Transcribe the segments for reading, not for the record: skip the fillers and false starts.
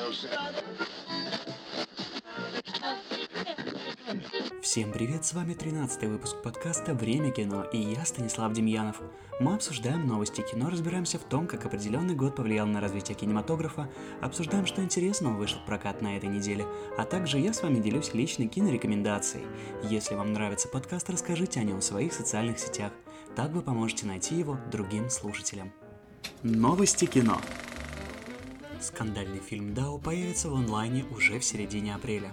Всем привет, с вами 13-й выпуск подкаста «Время кино» и я, Станислав Демьянов. Мы обсуждаем новости кино, разбираемся в том, как определенный год повлиял на развитие кинематографа, обсуждаем, что интересного вышло в прокат на этой неделе, а также я с вами делюсь личной кинорекомендацией. Если вам нравится подкаст, расскажите о нем в своих социальных сетях, так вы поможете найти его другим слушателям. Новости кино. Скандальный фильм «Дао» появится в онлайне уже в середине апреля.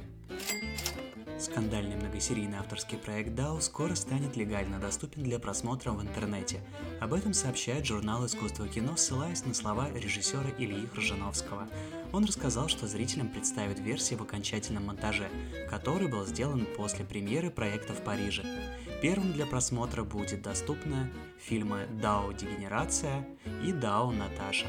Скандальный многосерийный авторский проект «Дао» скоро станет легально доступен для просмотра в интернете. Об этом сообщает журнал «Искусство кино», ссылаясь на слова режиссера Ильи Крыжановского. Он рассказал, что зрителям представят версии в окончательном монтаже, который был сделан после премьеры проекта в Париже. Первым для просмотра будет доступны фильмы «Дао. Дегенерация» и «Дао. Наташа».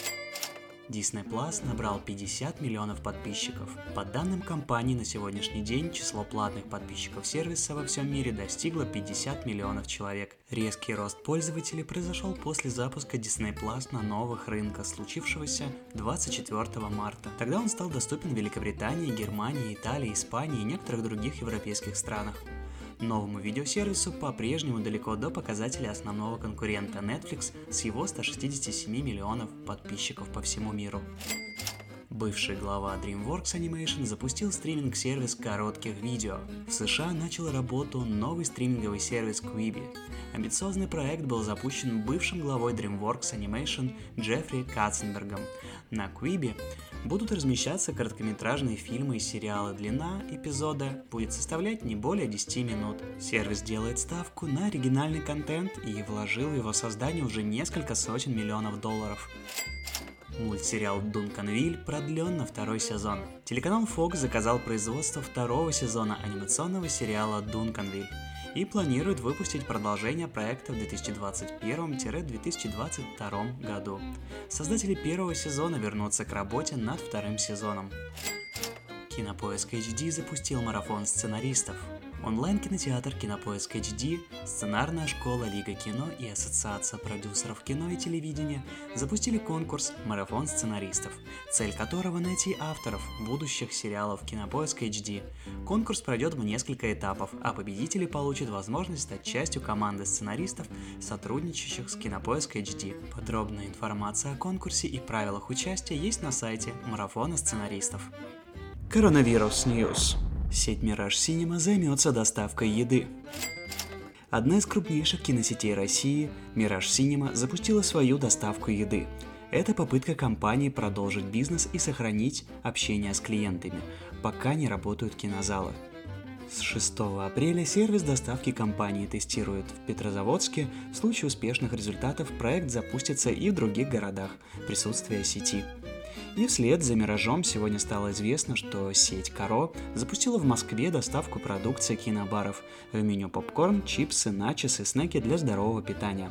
Disney Plus набрал 50 миллионов подписчиков. По данным компании, на сегодняшний день число платных подписчиков сервиса во всем мире достигло 50 миллионов человек. Резкий рост пользователей произошел после запуска Disney Plus на новых рынках, случившегося 24 марта. Тогда он стал доступен в Великобритании, Германии, Италии, Испании и некоторых других европейских странах. Новому видеосервису по-прежнему далеко до показателей основного конкурента Netflix с его 167 миллионов подписчиков по всему миру. Бывший глава DreamWorks Animation запустил стриминг-сервис коротких видео. В США начал работу новый стриминговый сервис Quibi. Амбициозный проект был запущен бывшим главой DreamWorks Animation Джеффри Катценбергом. На Quibi будут размещаться короткометражные фильмы и сериалы. Длина эпизода будет составлять не более 10 минут. Сервис делает ставку на оригинальный контент и вложил в его создание уже несколько сотен миллионов долларов. Мультсериал «Дунканвиль» продлен на второй сезон. Телеканал Fox заказал производство второго сезона анимационного сериала «Дунканвиль» и планирует выпустить продолжение проекта в 2021-2022 году. Создатели первого сезона вернутся к работе над вторым сезоном. Кинопоиск HD запустил марафон сценаристов. Онлайн-кинотеатр Кинопоиск HD, сценарная школа Лига кино и Ассоциация продюсеров кино и телевидения запустили конкурс «Марафон сценаристов», цель которого найти авторов будущих сериалов Кинопоиск HD. Конкурс пройдет в несколько этапов, а победители получат возможность стать частью команды сценаристов, сотрудничающих с Кинопоиск HD. Подробная информация о конкурсе и правилах участия есть на сайте Марафона сценаристов. Коронавирус Ньюс. Сеть Mirage Cinema займется доставкой еды. Одна из крупнейших киносетей России, Mirage Cinema, запустила свою доставку еды. Это попытка компании продолжить бизнес и сохранить общение с клиентами, пока не работают кинозалы. С 6 апреля сервис доставки компании тестирует в Петрозаводске. В случае успешных результатов проект запустится и в других городах присутствия сети. И вслед за «Миражом» сегодня стало известно, что сеть Каро запустила в Москве доставку продукции кинобаров. В меню попкорн, чипсы, начос и снеки для здорового питания.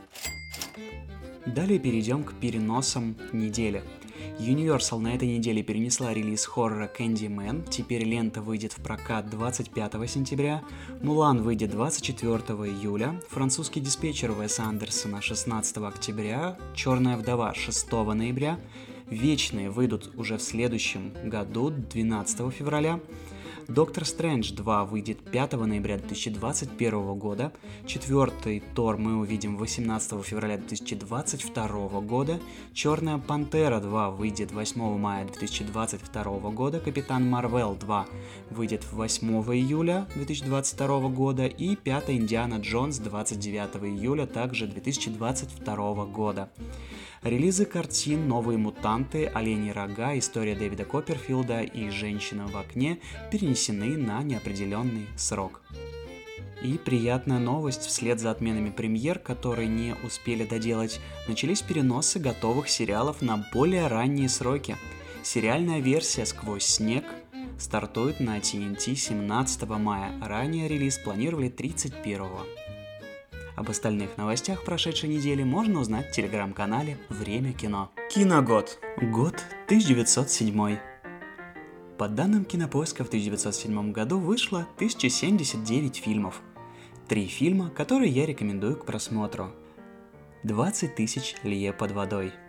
Далее перейдем к переносам недели. Universal на этой неделе перенесла релиз хоррора Candyman, теперь лента выйдет в прокат 25 сентября, Мулан выйдет 24 июля, французский диспетчер Уэса Андерсона 16 октября, Черная вдова 6 ноября, Вечные выйдут уже в следующем году, 12 февраля. Доктор Стрэндж 2 выйдет 5 ноября 2021 года. Четвертый Тор мы увидим 18 февраля 2022 года. Черная Пантера 2 выйдет 8 мая 2022 года. Капитан Марвел 2 выйдет 8 июля 2022 года. И 5 Индиана Джонс 29 июля также 2022 года. Релизы картин «Новые мутанты», «Оленьи рога», «История Дэвида Копперфилда» и «Женщина в окне» перенесены на неопределенный срок. И приятная новость: вслед за отменами премьер, которые не успели доделать, начались переносы готовых сериалов на более ранние сроки. Сериальная версия «Сквозь снег» стартует на TNT 17 мая, ранее релиз планировали 31-го. Об остальных новостях прошедшей недели можно узнать в телеграм-канале «Время кино». Киногод. Год 1907. По данным Кинопоиска, в 1907 году вышло 1079 фильмов. 3 фильма, которые я рекомендую к просмотру. 20 тысяч лье под водой.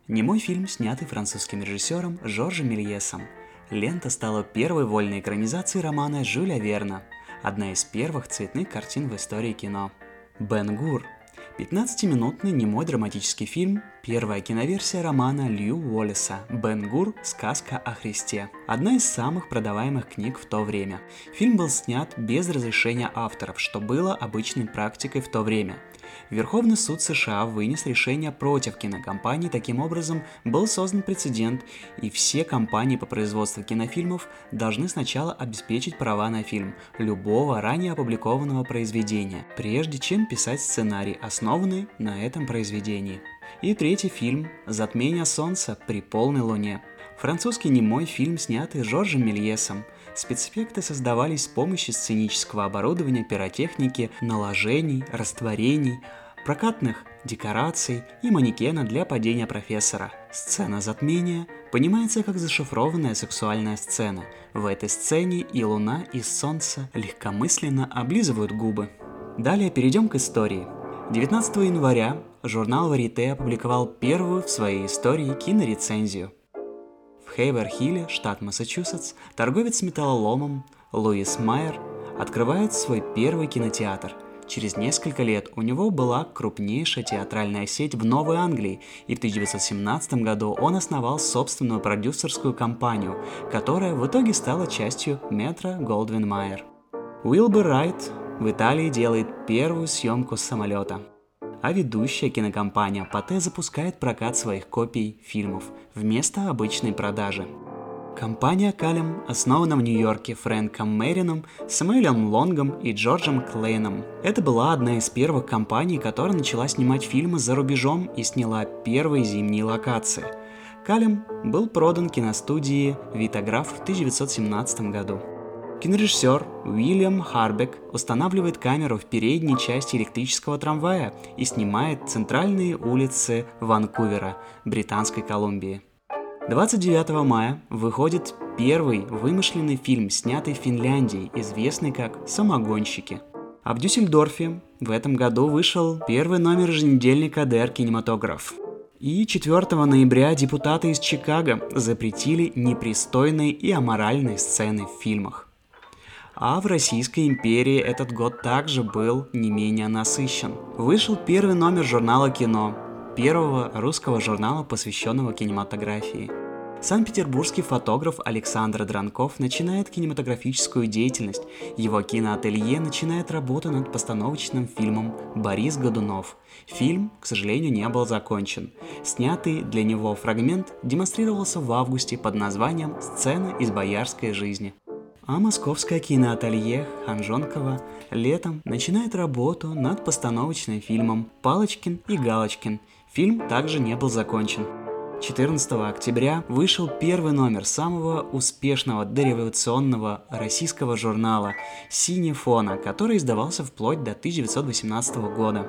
Немой фильм, снятый французским режиссером Жоржем Мельесом. Лента стала первой вольной экранизацией романа Жюля Верна, одна из первых цветных картин в истории кино. Бен-Гур. 15-минутный немой драматический фильм, первая киноверсия романа Лью Уоллеса «Бен-Гур. Сказка о Христе». Одна из самых продаваемых книг в то время. Фильм был снят без разрешения авторов, что было обычной практикой в то время. Верховный суд США вынес решение против кинокомпаний, таким образом был создан прецедент, и все компании по производству кинофильмов должны сначала обеспечить права на фильм любого ранее опубликованного произведения, прежде чем писать сценарий, основанный на этом произведении. И третий фильм «Затмение солнца при полной луне». Французский немой фильм, снятый Жоржем Мельесом. Спецэффекты создавались с помощью сценического оборудования, пиротехники, наложений, растворений, прокатных декораций и манекена для падения профессора. Сцена затмения понимается как зашифрованная сексуальная сцена. В этой сцене и луна, и солнце легкомысленно облизывают губы. Далее перейдем к истории. 19 января журнал Варьете опубликовал первую в своей истории кинорецензию. В Хейвер-Хилле, штат Массачусетс, торговец металлоломом Луис Майер открывает свой первый кинотеатр. Через несколько лет у него была крупнейшая театральная сеть в Новой Англии, и в 1917 году он основал собственную продюсерскую компанию, которая в итоге стала частью Метро-Голдвин-Майер. Уилбер Райт в Италии делает первую съемку с самолета. А ведущая кинокомпания Pathé запускает прокат своих копий фильмов вместо обычной продажи. Компания Калем основана в Нью-Йорке Фрэнком Мэрином, Сэмюэлем Лонгом и Джорджем Клейном. Это была одна из первых компаний, которая начала снимать фильмы за рубежом и сняла первые зимние локации. Калем был продан киностудии Витаграф в 1917 году. Кинорежиссер Уильям Харбек устанавливает камеру в передней части электрического трамвая и снимает центральные улицы Ванкувера, Британской Колумбии. 29 мая выходит первый вымышленный фильм, снятый в Финляндии, известный как «Самогонщики». А в Дюссельдорфе в этом году вышел первый номер еженедельника Der Кинематограф. И 4 ноября депутаты из Чикаго запретили непристойные и аморальные сцены в фильмах. А в Российской империи этот год также был не менее насыщен. Вышел первый номер журнала «Кино», первого русского журнала, посвященного кинематографии. Санкт-петербургский фотограф Александр Дранков начинает кинематографическую деятельность. Его киноателье начинает работу над постановочным фильмом «Борис Годунов». Фильм, к сожалению, не был закончен. Снятый для него фрагмент демонстрировался в августе под названием «Сцены из боярской жизни». А московское киноателье Ханжонкова летом начинает работу над постановочным фильмом «Палочкин и Галочкин». Фильм также не был закончен. 14 октября вышел первый номер самого успешного дореволюционного российского журнала «Синефона», который издавался вплоть до 1918 года.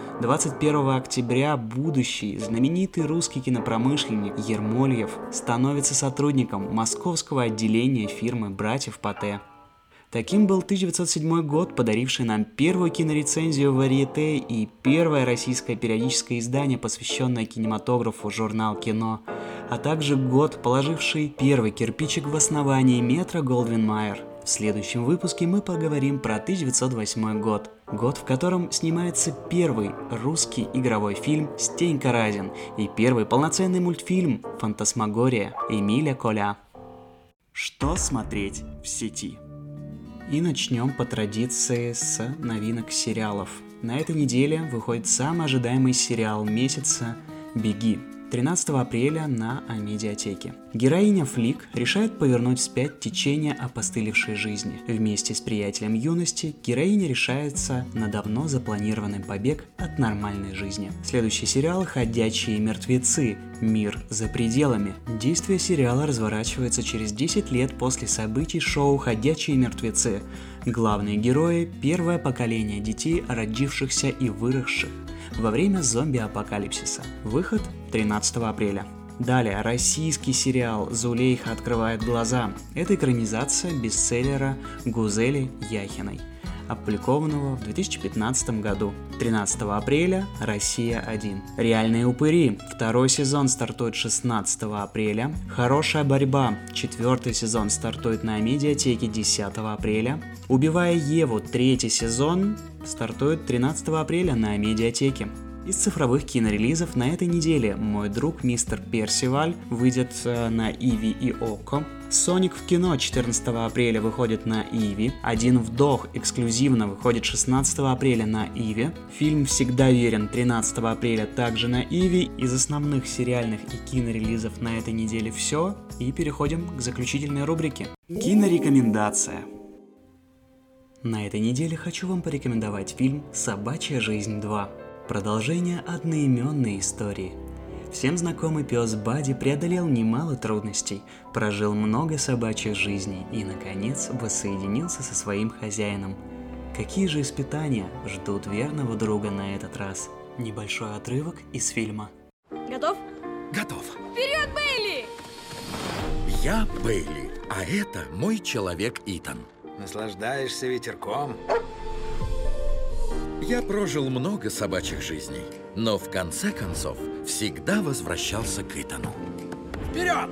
21 октября будущий знаменитый русский кинопромышленник Ермольев становится сотрудником московского отделения фирмы братьев Pathé. Таким был 1907 год, подаривший нам первую кинорецензию в Варьете и первое российское периодическое издание, посвященное кинематографу, журнал «Кино», а также год, положивший первый кирпичик в основании Метро-Голдвин-Майер. В следующем выпуске мы поговорим про 1908 год. Год, в котором снимается первый русский игровой фильм «Стенька Разин» и первый полноценный мультфильм «Фантасмагория» Эмиля Коля. Что смотреть в сети? И начнем по традиции с новинок сериалов. На этой неделе выходит самый ожидаемый сериал месяца «Беги». 13 апреля на Амедиатеке. Героиня Флик решает повернуть вспять течение опостылевшей жизни. Вместе с приятелем юности героиня решается на давно запланированный побег от нормальной жизни. Следующий сериал «Ходячие мертвецы. Мир за пределами». Действие сериала разворачивается через 10 лет после событий шоу «Ходячие мертвецы». Главные герои – первое поколение детей, родившихся и выросших во время зомби-апокалипсиса. Выход 13 апреля. Далее, российский сериал «Зулейха открывает глаза». Это экранизация бестселлера Гузели Яхиной. опубликованного в 2015 году. 13 апреля «Россия-1». «Реальные упыри». Второй сезон стартует 16 апреля. «Хорошая борьба». Четвертый сезон стартует на Амедиатеке 10 апреля. «Убивая Еву». Третий сезон стартует 13 апреля на Амедиатеке. Из цифровых кинорелизов на этой неделе «Мой друг мистер Персиваль» выйдет на Иви и Око. «Соник в кино» 14 апреля выходит на Иви. «Один вдох» эксклюзивно выходит 16 апреля на Иви. Фильм «Всегда верен» 13 апреля также на Иви. Из основных сериальных и кинорелизов на этой неделе все. И переходим к заключительной рубрике. Кинорекомендация. На этой неделе хочу вам порекомендовать фильм «Собачья жизнь 2». Продолжение одноименной истории. Всем знакомый пес Бадди преодолел немало трудностей, прожил много собачьих жизней и, наконец, воссоединился со своим хозяином. Какие же испытания ждут верного друга на этот раз? Небольшой отрывок из фильма. Готов? Готов. Вперед, Бейли! Я Бейли, а это мой человек Итан. Наслаждаешься ветерком? Я прожил много собачьих жизней, но в конце концов всегда возвращался к Итану. Вперед!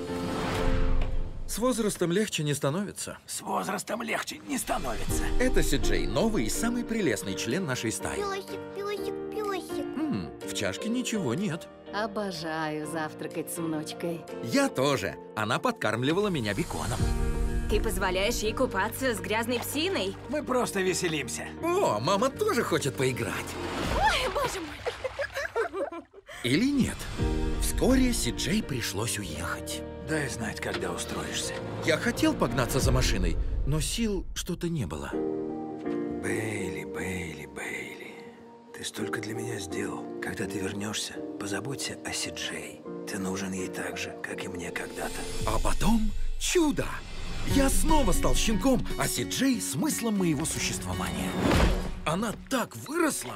С возрастом легче не становится. С возрастом легче не становится. Это Си-Джей, новый и самый прелестный член нашей стаи. Пёсик, пёсик, пёсик. В чашке ничего нет. Обожаю завтракать с внучкой. Я тоже. Она подкармливала меня беконом. Ты позволяешь ей купаться с грязной псиной? Мы просто веселимся. О, мама тоже хочет поиграть. Ой, боже мой. Или нет? Вскоре Си-Джей пришлось уехать. Дай знать, когда устроишься. Я хотел погнаться за машиной, но сил что-то не было. Бейли, Бейли, Бейли. Ты столько для меня сделал. Когда ты вернешься, позаботься о Си-Джей. Ты нужен ей так же, как и мне когда-то. А потом чудо! Я снова стал щенком, а Си-Джей — смыслом моего существования. Она так выросла!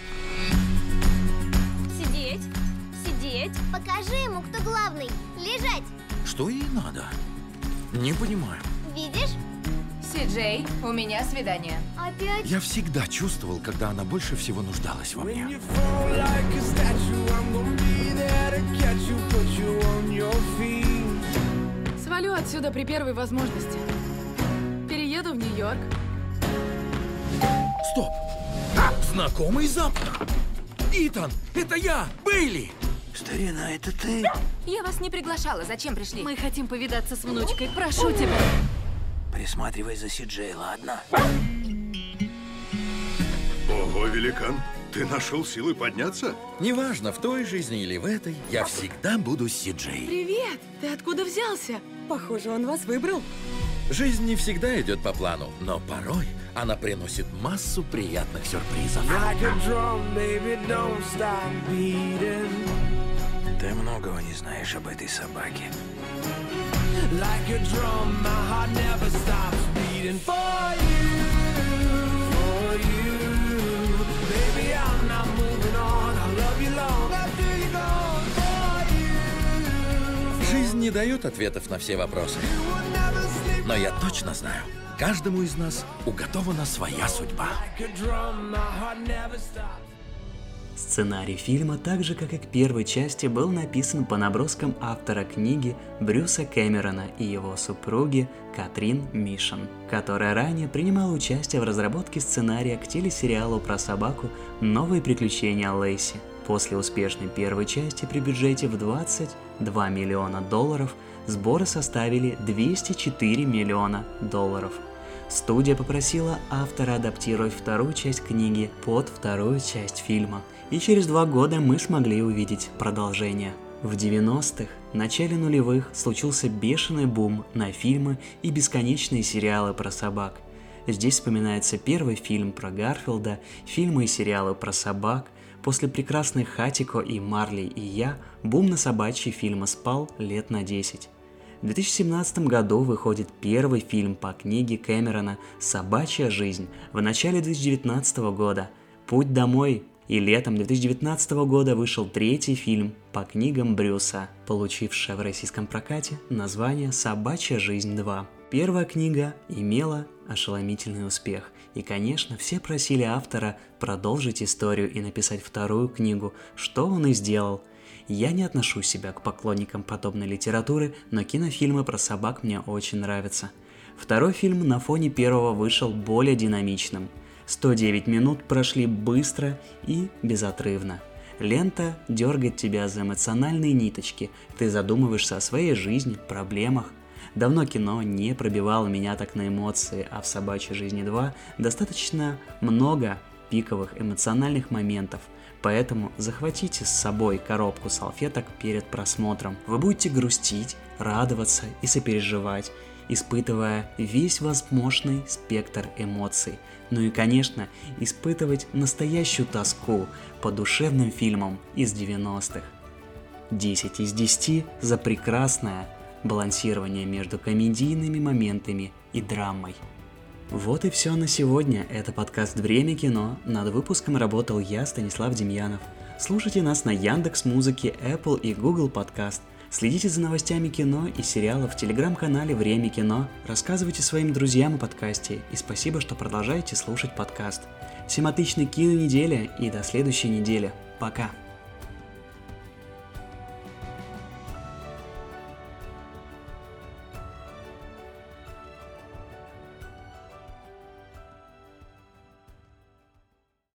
Сидеть, сидеть. Покажи ему, кто главный. Лежать. Что ей надо? Не понимаю. Видишь? Си-Джей, у меня свидание. Опять? Я всегда чувствовал, когда она больше всего нуждалась во мне. Свалю отсюда при первой возможности. Перееду в Нью-Йорк. Стоп! Знакомый запах! Итан, это я, Бейли! Старина, это ты? Я вас не приглашала. Зачем пришли? Мы хотим повидаться с внучкой. Прошу тебя. Присматривай за Си-Джей, ладно? Ого, великан, ты нашел силы подняться? Неважно, в той жизни или в этой, я всегда буду с Си-Джей. Привет! Ты откуда взялся? Похоже, он вас выбрал. Жизнь не всегда идет по плану, но порой она приносит массу приятных сюрпризов. Ты многого не знаешь об этой собаке. Жизнь не дает ответов на все вопросы. Но я точно знаю, каждому из нас уготована своя судьба. Сценарий фильма, так же как и к первой части, был написан по наброскам автора книги Брюса Кэмерона и его супруги Катрин Мишен, которая ранее принимала участие в разработке сценария к телесериалу про собаку «Новые приключения Лейси». После успешной первой части при бюджете в $22 миллиона сборы составили $204 миллиона. Студия попросила автора адаптировать вторую часть книги под вторую часть фильма, и через 2 года мы смогли увидеть продолжение. В 90-х, начале нулевых случился бешеный бум на фильмы и бесконечные сериалы про собак. Здесь вспоминается первый фильм про Гарфилда, фильмы и сериалы про собак. После прекрасной Хатико и Марли и я, бум на собачьи фильмы спал лет на 10. В 2017 году выходит первый фильм по книге Кэмерона «Собачья жизнь». В начале 2019 года «Путь домой» И летом 2019 года вышел третий фильм по книгам Брюса, получивший в российском прокате название «Собачья жизнь 2». Первая книга имела ошеломительный успех, и, конечно, все просили автора продолжить историю и написать вторую книгу, что он и сделал. Я не отношу себя к поклонникам подобной литературы, но кинофильмы про собак мне очень нравятся. Второй фильм на фоне первого вышел более динамичным. 109 минут прошли быстро и безотрывно. Лента дергает тебя за эмоциональные ниточки, ты задумываешься о своей жизни, проблемах. Давно кино не пробивало меня так на эмоции, а в «Собачьей жизни 2» достаточно много пиковых эмоциональных моментов, поэтому захватите с собой коробку салфеток перед просмотром. Вы будете грустить, радоваться и сопереживать, испытывая весь возможный спектр эмоций. Ну и, конечно, испытывать настоящую тоску по душевным фильмам из 90-х. 10 из 10 за прекрасное балансирование между комедийными моментами и драмой. Вот и все на сегодня. Это подкаст «Время кино». Над выпуском работал я, Станислав Демьянов. Слушайте нас на Яндекс.Музыке, Apple и Google Podcast. Следите за новостями кино и сериалов в телеграм-канале «Время кино». Рассказывайте своим друзьям о подкасте. И спасибо, что продолжаете слушать подкаст. Всем отличной кинонедели и до следующей недели. Пока.